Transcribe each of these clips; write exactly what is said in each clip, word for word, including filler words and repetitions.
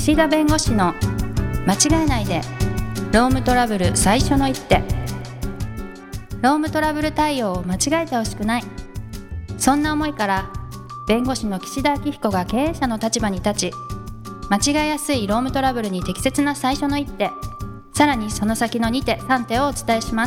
岸田弁護士の間違えないでロームトラブル最初の一手。ロームトラブル対応を間違えてほしくない、そんな思いから弁護士の岸田明彦が経営者の立場に立ち、間違えやすいロームトラブルに適切な最初の一手、さらにその先のに手さん手をお伝えします。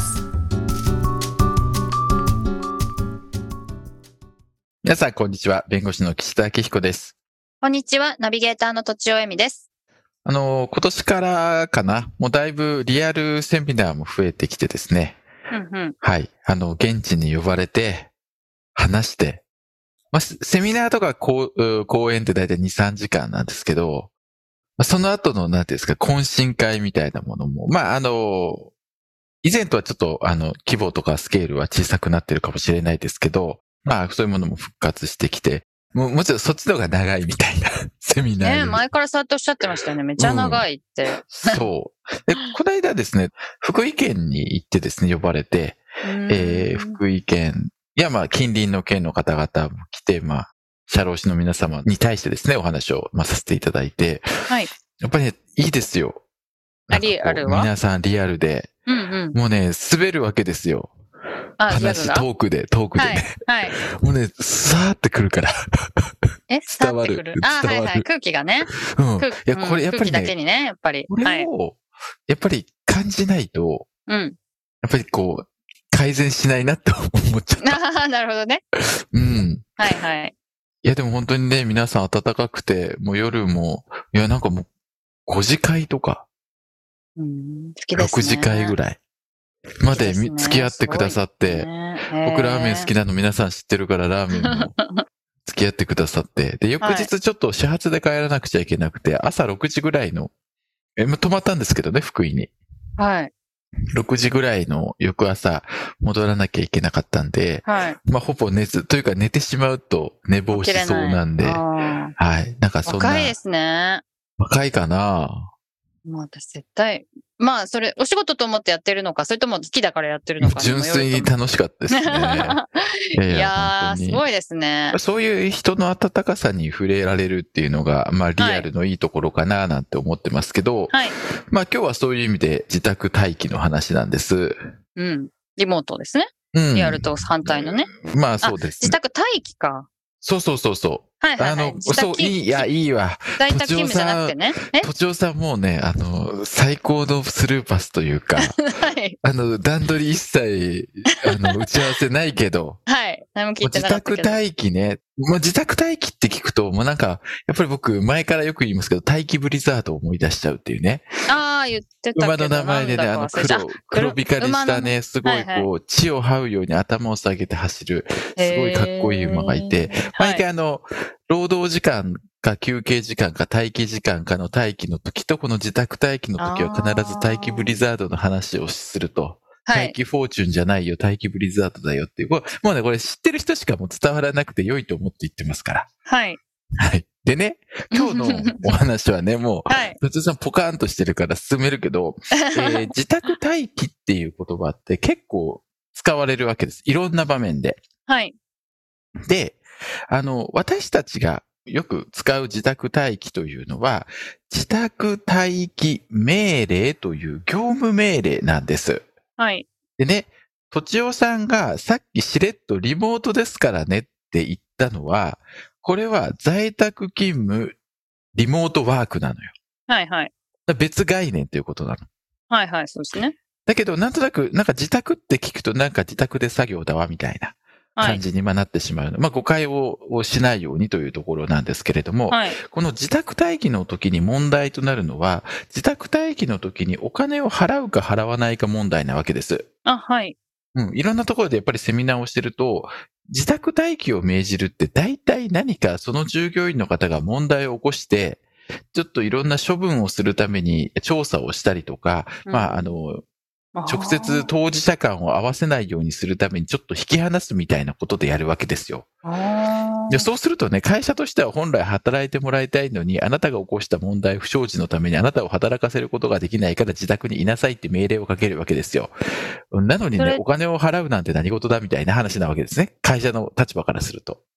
皆さんこんにちは、弁護士の岸田明彦です。 こんにちは、ナビゲーターのとちおえみです。 あの今年からかな、もうだいぶリアルセミナーも増えてきてですね、 うんうん、 はい、あの現地に呼ばれて話して、まあ、セミナーとか講講演ってだいたいに、さんじかんなんですけど、その後のなんていうんですか、懇親会みたいなものも、まああの以前とはちょっとあの規模とかスケールは小さくなってるかもしれないですけど、まあそういうものも復活してきて、も, もちろんそっちの方が長いみたいなセミナー。 ね、前からそうやっておっしゃってましたよね。めっちゃ長いって。うん、 そう。で、この間ですね、福井県に行ってですね、呼ばれて、えー、福井県、いやまあ近隣の県の方々も来て、まあ、社労士の皆様に対してですね、お話を、まあ、させていただいて、 はい。 やっぱりね、いいですよ。 リアルは皆さんリアルで、 うんうん、 もうね、滑るわけですよ。話、トークで、トークでね。はい。はい、もうね、さーってくるから。 え、伝わる。あ、はいはい。空気がね。 うん。いや、これやっぱりね。 空気だけにね、やっぱり。 これを、やっぱり感じないと、 うん。 やっぱりこう、改善しないなって思っちゃった。 ああ、なるほどね。 うん。 はいはい。 いや、でも本当にね、皆さん暖かくて、もう夜も、いや、なんかもう、ごじ会とか、 うん、好きですね。 ろくじ会ぐらい。まで付き合ってくださって、ね、僕ラーメン好きなの皆さん知ってるからラーメンも付き合ってくださって、で、翌日ちょっと始発で帰らなくちゃいけなくて、朝ろくじぐらいの、え、泊まったんですけどね、福井に。 はい。 ろくじぐらいの翌朝戻らなきゃいけなかったんで、はい。まあ、ほぼ寝ず、というか寝てしまうと寝坊しそうなんで、はい。なんかそんな。 若いですね。 若いかな。 もう私絶対、まあそれお仕事と思ってやってるのか、それとも好きだからやってるのか。 純粋に楽しかったですね。いやいやー、すごいですね。 そういう人の温かさに触れられるっていうのが、まあリアルのいいところかななんて思ってますけど、はい、まあ今日はそういう意味で自宅待機の話なんです。 うん。リモートですね。うん。リアルと反対のね。 まあそうです、 ね。自宅待機か。 そうそうそうそう。 はいはい、はい。 あの、そう、いい、いや、いいわ。 在宅勤務じゃなくてね。 え都庁さんもうね、あの、最高のスルーパスというか、はい。あの、段取り一切、あの、打ち合わせないけど、 はい。何も聞いてなかったけど。 自宅待機ね。もう自宅待機って聞くと、もうなんか、やっぱり僕、前からよく言いますけど、待機ブリザードを思い出しちゃうっていうね。 ああ、言ってたけど。 馬の名前でね、あの黒、黒光りしたね、すごいこう、地を這うように頭を下げて走る、すごいかっこいい馬がいて、毎回あの、労働時間か休憩時間か待機時間かの待機の時と、この自宅待機の時は必ず待機ブリザードの話をすると。待機フォーチュンじゃないよ、待機ブリザードだよっていう。もうね、これ知ってる人しかもう伝わらなくて良いと思って言ってますから。 はい。 はい。でね、今日のお話はね、もう、はい。とちおさんポカーンとしてるから進めるけど、えー、自宅待機っていう言葉って結構使われるわけです。いろんな場面で。 はい。 で、あの、私たちがよく使う自宅待機というのは、自宅待機命令という業務命令なんです。 はい。 でね、とちおさんがさっきしれっとリモートですからねって言ったのは、これは在宅勤務、リモートワークなのよ。 はいはい。 別概念ということなの。 はいはい、そうですね。 だけど、なんとなく、なんか自宅って聞くとなんか自宅で作業だわみたいな感じになってしまうの。はい、まあ誤解をしないようにというところなんですけれども、はい、この自宅待機の時に問題となるのは、自宅待機の時にお金を払うか払わないか問題なわけです。 あ、はい。 うん、いろんなところでやっぱりセミナーをしてると、自宅待機を命じるって大体何かその従業員の方が問題を起こして、ちょっといろんな処分をするために調査をしたりとか、うん、まあ、あの、直接当事者間を合わせないようにするためにちょっと引き離すみたいなことでやるわけですよ。でそうするとね、会社としては本来働いてもらいたいのに、あなたが起こした問題不祥事のためにあなたを働かせることができないから自宅にいなさいって命令をかけるわけですよ。なのにね、お金を払うなんて何事だみたいな話なわけですね。会社の立場からすると。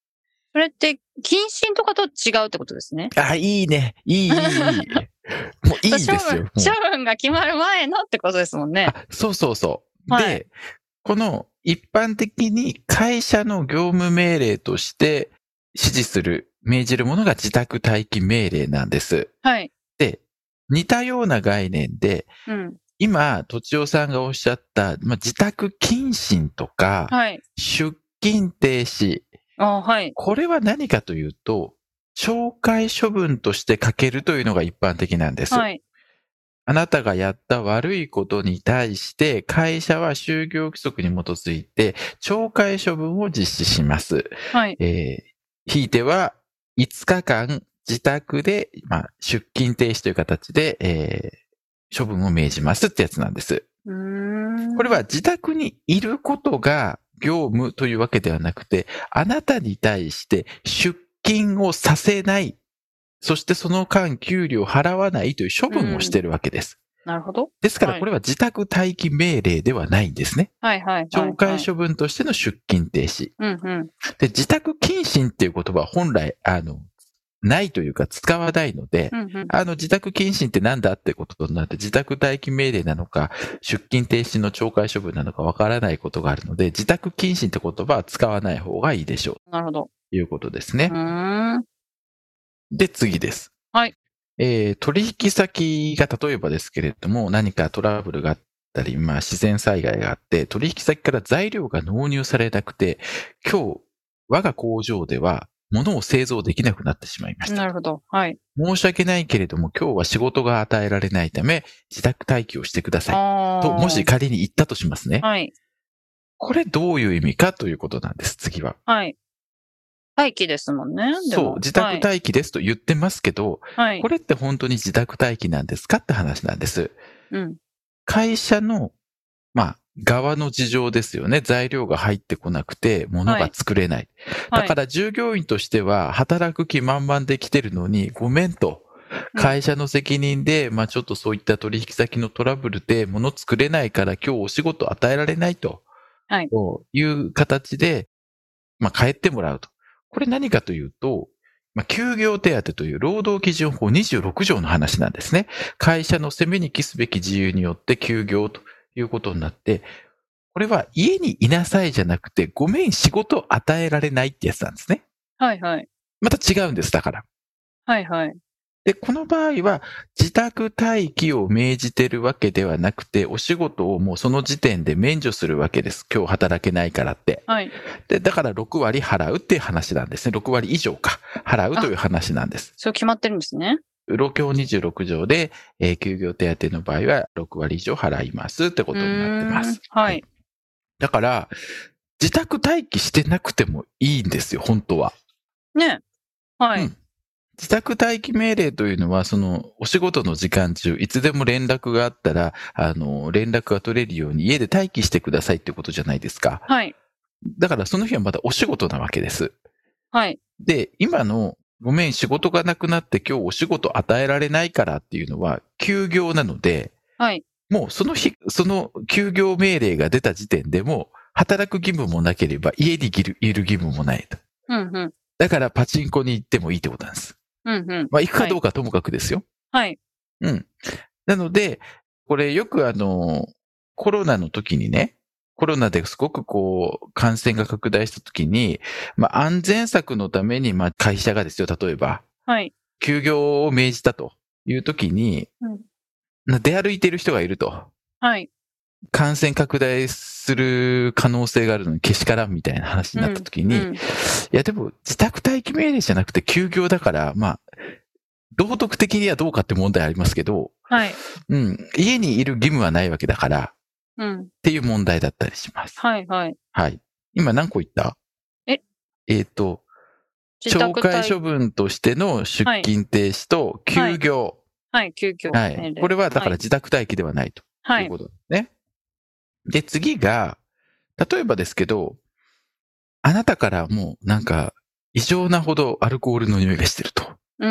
それって、謹慎とかと違うってことですね。 あ、いいね。いい、いい、いい。もういいですよ。 処分、 もう処分が決まる前のってことですもんね。 あ、そうそうそう。 はいで、この一般的に会社の業務命令として指示する、命じるものが自宅待機命令なんです。 はい。 で、似たような概念で、 うん。 今、とちおさんがおっしゃった、まあ、自宅謹慎とか、 はい。 出勤停止。 あ、はい。 これは何かというと、懲戒処分としてかけるというのが一般的なんです。 はい。 あなたがやった悪いことに対して会社は就業規則に基づいて懲戒処分を実施します。 はい。 えー、ひいてはいつかかん自宅で、まあ、出勤停止という形で、えー、処分を命じますってやつなんです。 うーん。 これは自宅にいることが業務というわけではなくて、あなたに対して出勤をさせない。そしてその間給料を払わないという処分をしているわけです。 なるほど。 ですからこれは自宅待機命令ではないんですね。 はいはいはい。 懲戒処分としての出勤停止。 うんうん。 で、自宅謹慎っていう言葉は本来、あの、ないというか使わないので、 うんうん。 あの、自宅謹慎ってなんだってことになって、自宅待機命令なのか、出勤停止の懲戒処分なのかわからないことがあるので、自宅謹慎って言葉は使わない方がいいでしょう。 なるほど。 ということですね。 うーん。 で、次です。 はい。 えー、取引先が例えばですけれども、何かトラブルがあったり、まあ自然災害があって、取引先から材料が納入されなくて、今日、我が工場では物を製造できなくなってしまいました。 なるほど。はい。 申し訳ないけれども、今日は仕事が与えられないため、自宅待機をしてください。 ああ。 と、もし仮に言ったとしますね。 はい。 これどういう意味かということなんです、次は。 はい。待機ですもんね。でもそう、自宅待機ですと言ってますけど、 はい。 これって本当に自宅待機なんですかって話なんです。 うん。 会社の、まあ、側の事情ですよね。材料が入ってこなくて、物が作れない。 はい。 だから従業員としては、働く気満々で来てるのに、ごめんと。会社の責任で、まあちょっとそういった取引先のトラブルで物作れないから今日お仕事与えられないと。 はい。 いう形で、まあ帰ってもらうと。これ何かというと、まあ、休業手当という労働基準法にじゅうろく条の話なんですね。会社の責めに帰すべき自由によって休業ということになって、これは家にいなさいじゃなくて、ごめん仕事を与えられないってやつなんですね。 はいはい。 また違うんです、だから。 はいはい。 で、この場合は自宅待機を命じてるわけではなくて、お仕事をもうその時点で免除するわけです。今日働けないからって。 はい。 で、だからろくわり払うっていう話なんですね。ろくわり以上か。払うという話なんです。 そう決まってるんですね。 労基法にじゅうろく条で、えー、休業手当の場合はろくわり以上払いますってことになってます。 はい、はい。 だから、自宅待機してなくてもいいんですよ、本当は。 ね。はい。 うん自宅待機命令というのは、その、お仕事の時間中、いつでも連絡があったら、あの、連絡が取れるように家で待機してくださいってことじゃないですか。 はい。 だからその日はまだお仕事なわけです。 はい。 で、今の、ごめん、仕事がなくなって今日お仕事与えられないからっていうのは、休業なので、 はい。 もうその日、その休業命令が出た時点でもう、働く義務もなければ、家にいる義務もないと。 うんうん。 だからパチンコに行ってもいいってことなんです。 うんうん。 まあ、行くかどうかともかくですよ。 はい。 うん。なので、これよくあの、コロナの時にね、コロナですごくこう、感染が拡大した時に、まあ、安全策のために、まあ、会社がですよ、例えば、 はい。 休業を命じたという時に、うん、出歩いている人がいると。 はい。 感染拡大する可能性があるのにけしからんみたいな話になった時に、うんうん、いやでも自宅待機命令じゃなくて休業だから、まあ、道徳的にはどうかって問題ありますけど、 はい。 うん、家にいる義務はないわけだから、 うん、 っていう問題だったりします。 はいはい。 はい。今何個言った？ ええっと、懲戒処分としての出勤停止と休業。 はい、はい、休業。 はい。これはだから自宅待機ではないということですね。はいで、次が、例えばですけど、あなたからもうなんか異常なほどアルコールの匂いがしてると。 うん。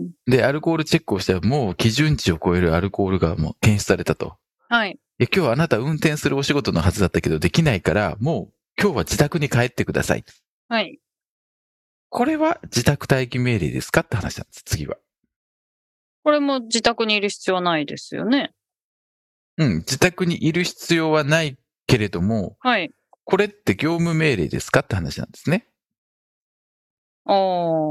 で、アルコールチェックをしたらもう基準値を超えるアルコールがもう検出されたと。 はい。 で、今日はあなた運転するお仕事のはずだったけどできないから、もう今日は自宅に帰ってください。 はい。 これは自宅待機命令ですかって話なんです、次は。 これも自宅にいる必要はないですよね。 うん、自宅にいる必要はないけれども、 はい。 これって業務命令ですかって話なんですね。 ああ。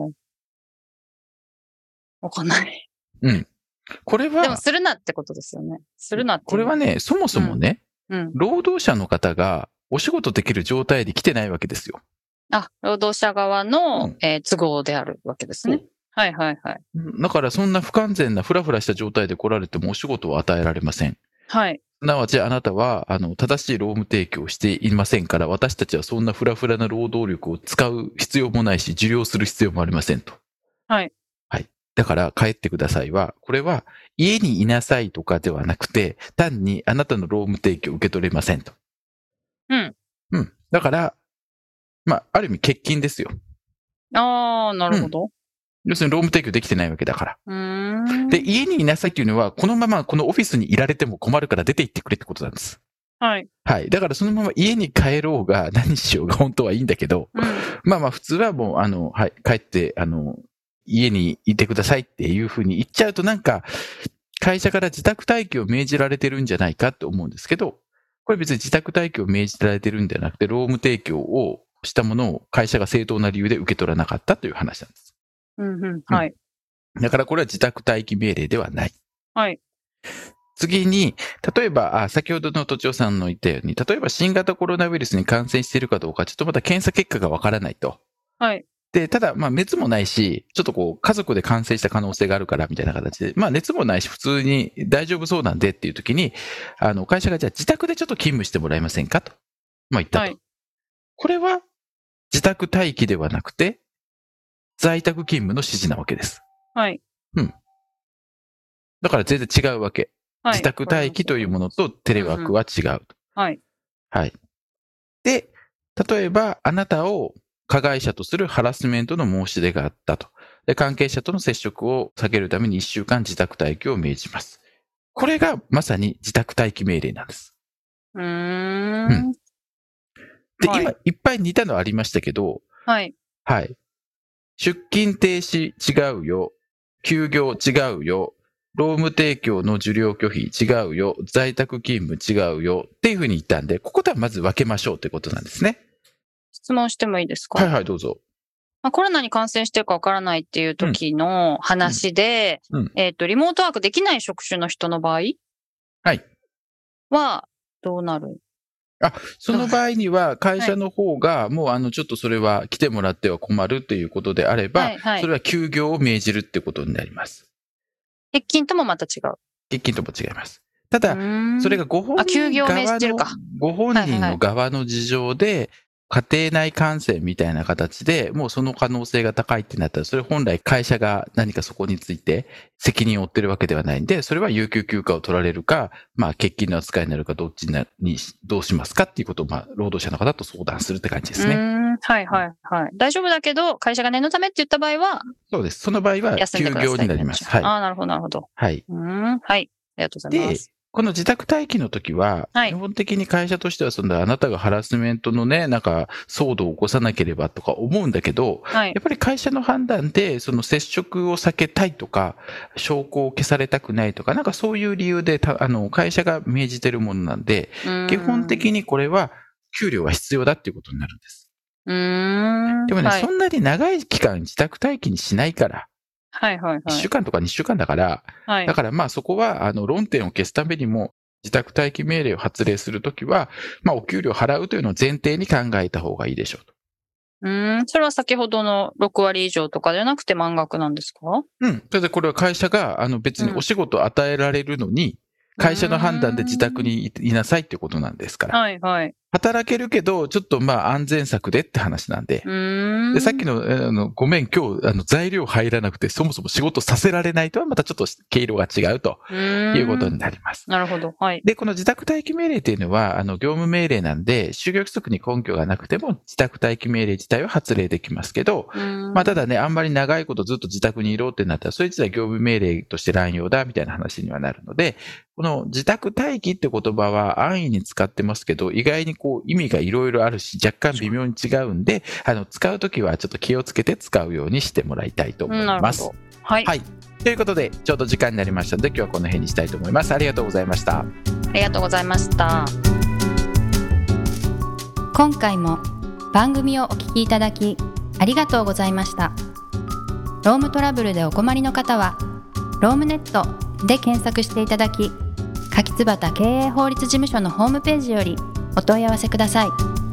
わかんない。 うん。これは、 でもするなってことですよね。するなって。 これはね、そもそもね、 うんうん、 労働者の方がお仕事できる状態で来てないわけですよ。 あ、労働者側の、 うんえー、都合であるわけですね。はいはいはい。 だからそんな不完全なフラフラした状態で来られてもお仕事を与えられません。 はい。 すなわちあなたは、あの、正しい労務提供をしていませんから、私たちはそんなフラフラな労働力を使う必要もないし、受領する必要もありませんと。 はい。 はい。だから帰ってくださいは、これは家にいなさいとかではなくて、単にあなたの労務提供を受け取れませんと。 うん。 うん。だから、まあ、ある意味欠勤ですよ。 ああ、なるほど。うん、 要するに労務提供できてないわけだから。 うーんで、家にいなさいっていうのは、このままこのオフィスにいられても困るから出て行ってくれってことなんです。 はい。 はい。だからそのまま家に帰ろうが何しようが本当はいいんだけど、 うん、 まあまあ普通はもう、あの、はい、帰って、あの、家にいてくださいっていうふうに言っちゃうとなんか、会社から自宅待機を命じられてるんじゃないかと思うんですけど、これ別に自宅待機を命じられてるんじゃなくて、労務提供をしたものを会社が正当な理由で受け取らなかったという話なんです。 うんうん、はい。 だからこれは自宅待機命令ではない。 はい。 次に、例えば、あ先ほどの都庁さんの言ったように、例えば新型コロナウイルスに感染しているかどうか、ちょっとまだ検査結果がわからないと。 はい。 で、ただ、まあ熱もないし、ちょっとこう、家族で感染した可能性があるから、みたいな形で、まあ熱もないし、普通に大丈夫そうなんでっていう時に、あの、会社がじゃあ自宅でちょっと勤務してもらえませんかと。まあ言ったと。はい、これは、自宅待機ではなくて、在宅勤務の指示なわけです。 はい。 うん。だから全然違うわけ。はい、自宅待機というものとテレワークは違う。うんうん、 はい。 はい。で、例えば、あなたを加害者とするハラスメントの申し出があったと。で、関係者との接触を避けるためにいっしゅうかん自宅待機を命じます。これがまさに自宅待機命令なんです。 うーん。うん。 で、はい、今、いっぱい似たのありましたけど、 はい。 はい。出勤停止違うよ。休業違うよ。労務提供の受領拒否違うよ。在宅勤務違うよ。っていうふうに言ったんで、ここではまず分けましょうってことなんですね。 質問してもいいですか？ はいはい、どうぞ。 まあ、コロナに感染してるかわからないっていう時の話で、 うんうん、 えっと、リモートワークできない職種の人の場合はい。 は、どうなる？ あ、その場合には会社の方がもうあのちょっとそれは来てもらっては困るということであれば、はいはい、それは休業を命じるってことになります。 欠勤ともまた違う。 欠勤とも違います。ただ、それがご本人側の、ご本人の側の事情で、家庭内感染みたいな形で、もうその可能性が高いってなったら、それ本来会社が何かそこについて責任を負ってるわけではないんで、それは有給休暇を取られるか、まあ欠勤の扱いになるか、どっちにどうしますかっていうことを、まあ労働者の方と相談するって感じですね。 うんはいはいはい。大丈夫だけど、会社が念のためって言った場合は、 そうです。その場合は休業になります。はい。 ああ、なるほどなるほど。 はい。 うん、はい。ありがとうございます。 この自宅待機の時は、基本的に会社としては、そんなあなたがハラスメントのね、なんか騒動を起こさなければとか思うんだけど、はい、やっぱり会社の判断で、その接触を避けたいとか、証拠を消されたくないとか、なんかそういう理由で、あの、会社が命じてるものなんで、基本的にこれは給料は必要だっていうことになるんです。 うーんでもね、 はい、 そんなに長い期間自宅待機にしないから、 はいはいはい。 いっしゅうかんとかにしゅうかんだから、はい、だからまあそこは、あの、論点を消すためにも、自宅待機命令を発令するときは、まあお給料払うというのを前提に考えた方がいいでしょうと。 うーん、それは先ほどのろくわり以上とかじゃなくて満額なんですか？ うん。それでこれは会社が、あの別にお仕事を与えられるのに、うん、会社の判断で自宅にいなさいってことなんですから。 はいはい。 働けるけど、ちょっとまあ安全策でって話なんで。でさっきの、あの、ごめん、今日、あの、材料入らなくて、そもそも仕事させられないとは、またちょっと毛色が違うということになります。 なるほど。はい。 で、この自宅待機命令っていうのは、あの、業務命令なんで、就業規則に根拠がなくても、自宅待機命令自体は発令できますけど、まあ、ただね、あんまり長いことずっと自宅にいろってなったら、それ自体業務命令として乱用だ、みたいな話にはなるので、この自宅待機って言葉は安易に使ってますけど、意外にこう意味がいろいろあるし、若干微妙に違うんで、あの、使うときはちょっと気をつけて使うようにしてもらいたいと思います。 なるほど。はい。 はい。ということで、ちょうど時間になりましたので、今日はこの辺にしたいと思います。ありがとうございました。 ありがとうございました。 今回も番組をお聞きいただきありがとうございました。ロームトラブルでお困りの方はロームネットで検索していただき、柿椿経営法律事務所のホームページよりお問い合わせください。